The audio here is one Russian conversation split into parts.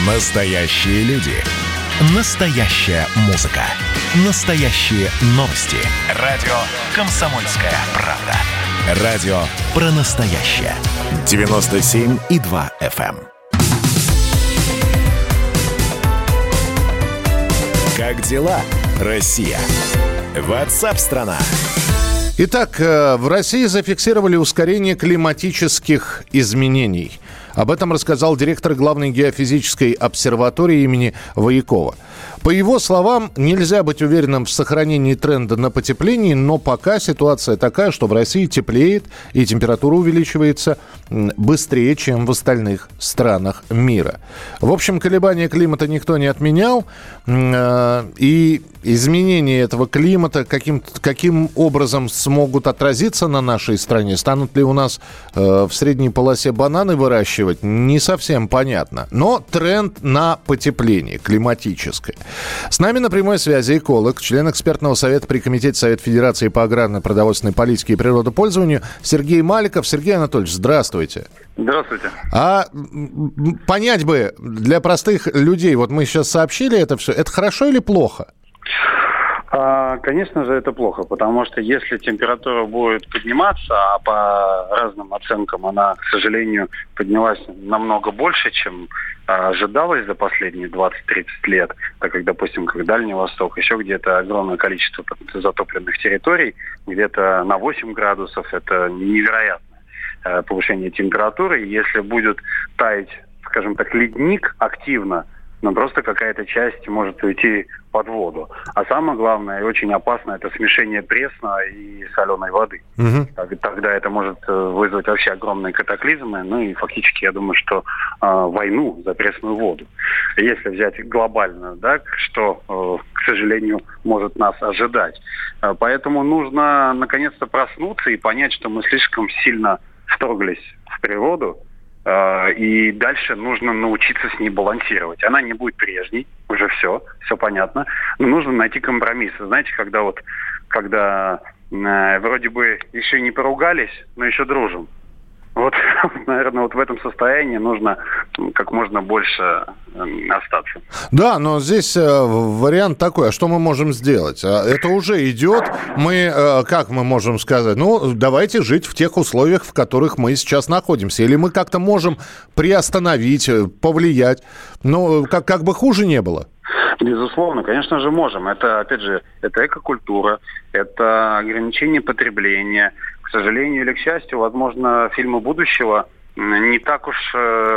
Настоящие люди. Настоящая музыка. Настоящие новости. Радио «Комсомольская правда». Радио про настоящее. 97,2 FM. Как дела, Россия? WhatsApp-страна. Итак, в России зафиксировали ускорение климатических изменений. Об этом рассказал директор главной геофизической обсерватории имени Воякова. По его словам, нельзя быть уверенным в сохранении тренда на потепление, но пока ситуация такая, что в России теплеет и температура увеличивается быстрее, чем в остальных странах мира. В общем, колебания климата никто не отменял, и изменения этого климата каким образом смогут отразиться на нашей стране, станут ли у нас в средней полосе бананы выращивать, не совсем понятно. Но тренд на потепление климатическое. С нами на прямой связи эколог, член экспертного совета при Комитете Совета Федерации по аграрной, продовольственной политике и природопользованию Сергей Маликов. Сергей Анатольевич, здравствуйте. Здравствуйте. А понять бы для простых людей, вот мы сейчас сообщили это все, это хорошо или плохо? Конечно же, это плохо, потому что если температура будет подниматься, а по разным оценкам она, к сожалению, поднялась намного больше, чем ожидалось за последние 20-30 лет, так как, допустим, как Дальний Восток, еще где-то огромное количество затопленных территорий, где-то на 8 градусов, это невероятное повышение температуры. И если будет таять, скажем так, ледник активно, но просто какая-то часть может уйти под воду. А самое главное и очень опасно — это смешение пресной и соленой воды. Угу. Тогда это может вызвать вообще огромные катаклизмы, ну и фактически, я думаю, что войну за пресную воду. Если взять глобально, да, что, к сожалению, может нас ожидать. Поэтому нужно наконец-то проснуться и понять, что мы слишком сильно вторглись в природу, и дальше нужно научиться с ней балансировать. Она не будет прежней, уже все понятно. Но нужно найти компромиссы. Знаете, когда вроде бы еще не поругались, но еще дружим. Вот, наверное, вот в этом состоянии нужно как можно больше остаться. Да, но здесь вариант такой, а что мы можем сделать? Это уже идет, как мы можем сказать? Ну, давайте жить в тех условиях, в которых мы сейчас находимся. Или мы как-то можем приостановить, повлиять. Ну, как бы хуже не было. Безусловно, конечно же, можем. Это, опять же, это экокультура, это ограничение потребления. К сожалению или к счастью, возможно, фильмы будущего не так уж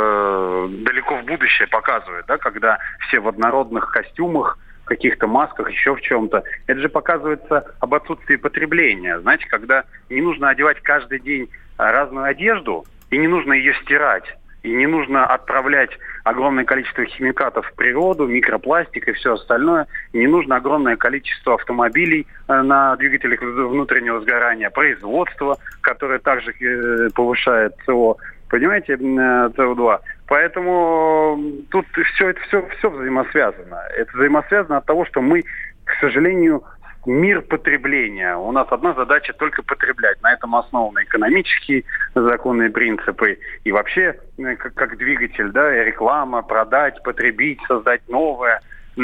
далеко в будущее показывают, да, когда все в однородных костюмах, каких-то масках, еще в чем-то. Это же показывается об отсутствии потребления. Знаете, когда не нужно одевать каждый день разную одежду, и не нужно ее стирать, и не нужно отправлять огромное количество химикатов в природу, микропластик и все остальное. И не нужно огромное количество автомобилей на двигателях внутреннего сгорания, производство, которое также повышает СО, понимаете, СО2. Поэтому тут все взаимосвязано. Это взаимосвязано от того, что мы, к сожалению, мир потребления. У нас одна задача — только потреблять. На этом основаны экономические законы и принципы. И вообще, как двигатель, да, и реклама, продать, потребить, создать новое.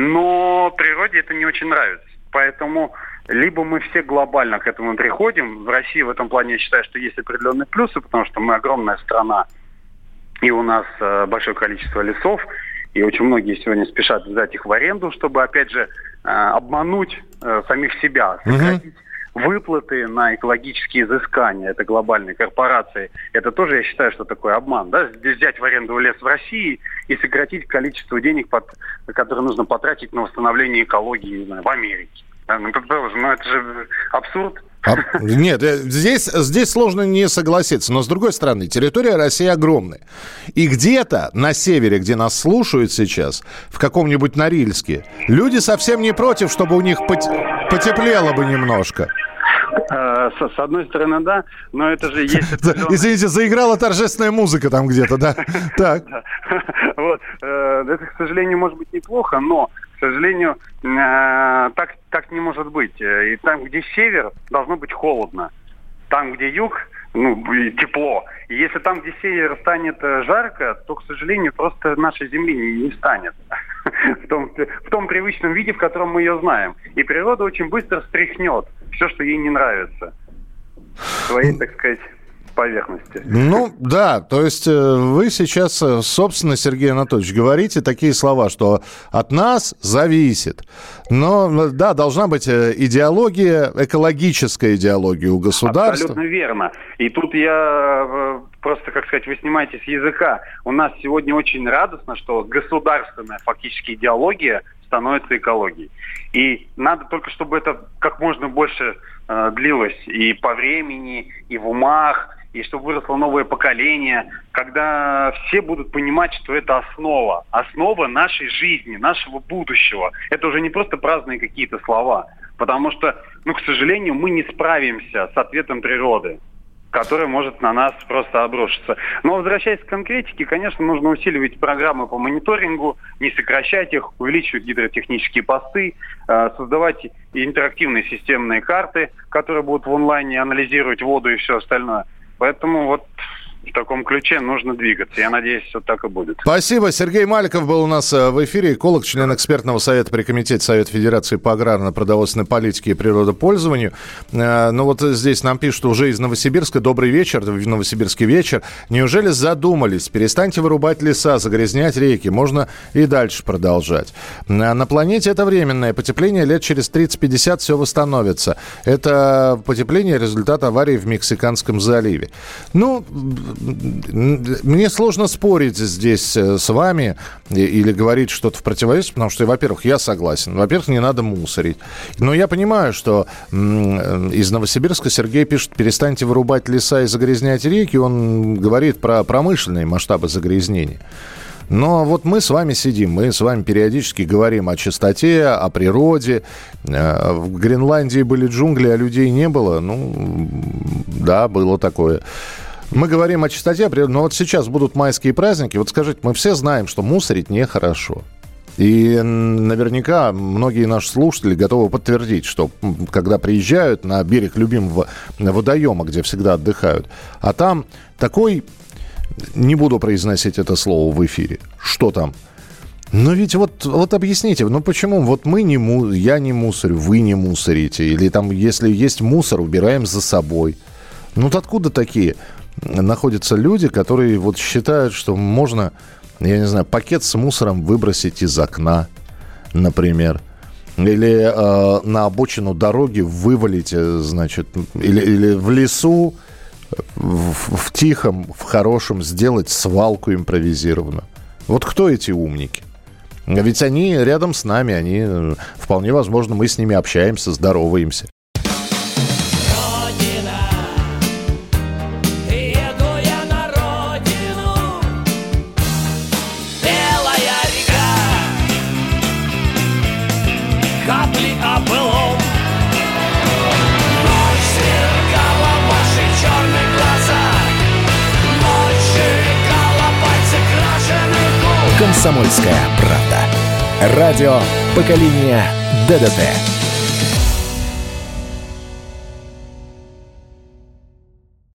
Но природе это не очень нравится. Поэтому либо мы все глобально к этому приходим. В России в этом плане я считаю, что есть определенные плюсы, потому что мы огромная страна, и у нас большое количество лесов. И очень многие сегодня спешат сдать их в аренду, чтобы, опять же, обмануть самих себя, сократить выплаты на экологические изыскания. Это глобальные корпорации. Это тоже, я считаю, что такой обман. Да? Взять в аренду лес в России и сократить количество денег, которые нужно потратить на восстановление экологии, не знаю, в Америке. Это же абсурд. Нет, здесь сложно не согласиться. Но, с другой стороны, территория России огромная. И где-то на севере, где нас слушают сейчас, в каком-нибудь Норильске, люди совсем не против, чтобы у них потеплело бы немножко. С одной стороны, да, но это же есть... Извините, заиграла торжественная музыка там где-то, да? Так. Вот. Это, к сожалению, может быть неплохо, но, к сожалению, так не может быть. И там, где север, должно быть холодно. Там, где юг, и тепло. И если там, где север, станет жарко, то, к сожалению, просто нашей земли не станет в том привычном виде, в котором мы ее знаем. И природа очень быстро стряхнет все, что ей не нравится. Своей, так сказать, поверхности. Да, то есть вы сейчас, собственно, Сергей Анатольевич, говорите такие слова, что от нас зависит. Но, да, должна быть идеология, экологическая идеология у государства. Абсолютно верно. И тут я просто, как сказать, вы снимаете с языка. У нас сегодня очень радостно, что государственная фактически идеология становится экологией. И надо только, чтобы это как можно больше длилось и по времени, и в умах, и чтобы выросло новое поколение, когда все будут понимать, что это основа нашей жизни, нашего будущего. Это уже не просто праздные какие-то слова, потому что, к сожалению, мы не справимся с ответом природы, который может на нас просто обрушиться. Но возвращаясь к конкретике, конечно, нужно усиливать программы по мониторингу, не сокращать их, увеличивать гидротехнические посты, создавать интерактивные системные карты, которые будут в онлайне анализировать воду и все остальное. Поэтому вот в таком ключе нужно двигаться. Я надеюсь, все так и будет. Спасибо. Сергей Маликов был у нас в эфире, эколог, член экспертного совета при Комитете Совета Федерации по аграрно-продовольственной политике и природопользованию. Вот здесь нам пишут уже из Новосибирска. Добрый вечер, в Новосибирский вечер. Неужели задумались? Перестаньте вырубать леса, загрязнять реки. Можно и дальше продолжать. На планете это временное потепление. Лет через 30-50 все восстановится. Это потепление — результат аварии в Мексиканском заливе. Мне сложно спорить здесь с вами или говорить что-то в противовес, потому что, во-первых, я согласен. Во-первых, не надо мусорить. Но я понимаю, что из Новосибирска Сергей пишет: перестаньте вырубать леса и загрязнять реки. Он говорит про промышленные масштабы загрязнения. Но вот мы с вами сидим, мы с вами периодически говорим о чистоте, о природе. В Гренландии были джунгли, а людей не было. Да, было такое. Мы говорим о чистоте, но вот сейчас будут майские праздники. Вот скажите, мы все знаем, что мусорить нехорошо. И наверняка многие наши слушатели готовы подтвердить, что когда приезжают на берег любимого водоема, где всегда отдыхают, а там такой, не буду произносить это слово в эфире, что там? Но ведь вот объясните, почему вот я не мусорю, вы не мусорите, или там, если есть мусор, убираем за собой. Откуда такие находятся люди, которые считают, что можно, я не знаю, пакет с мусором выбросить из окна, например, или на обочину дороги вывалить, или в лесу, в тихом, в хорошем сделать свалку импровизированную. Вот кто эти умники? Ведь они рядом с нами, вполне возможно, мы с ними общаемся, здороваемся. «Комсомольская правда». Радио поколения ДДТ.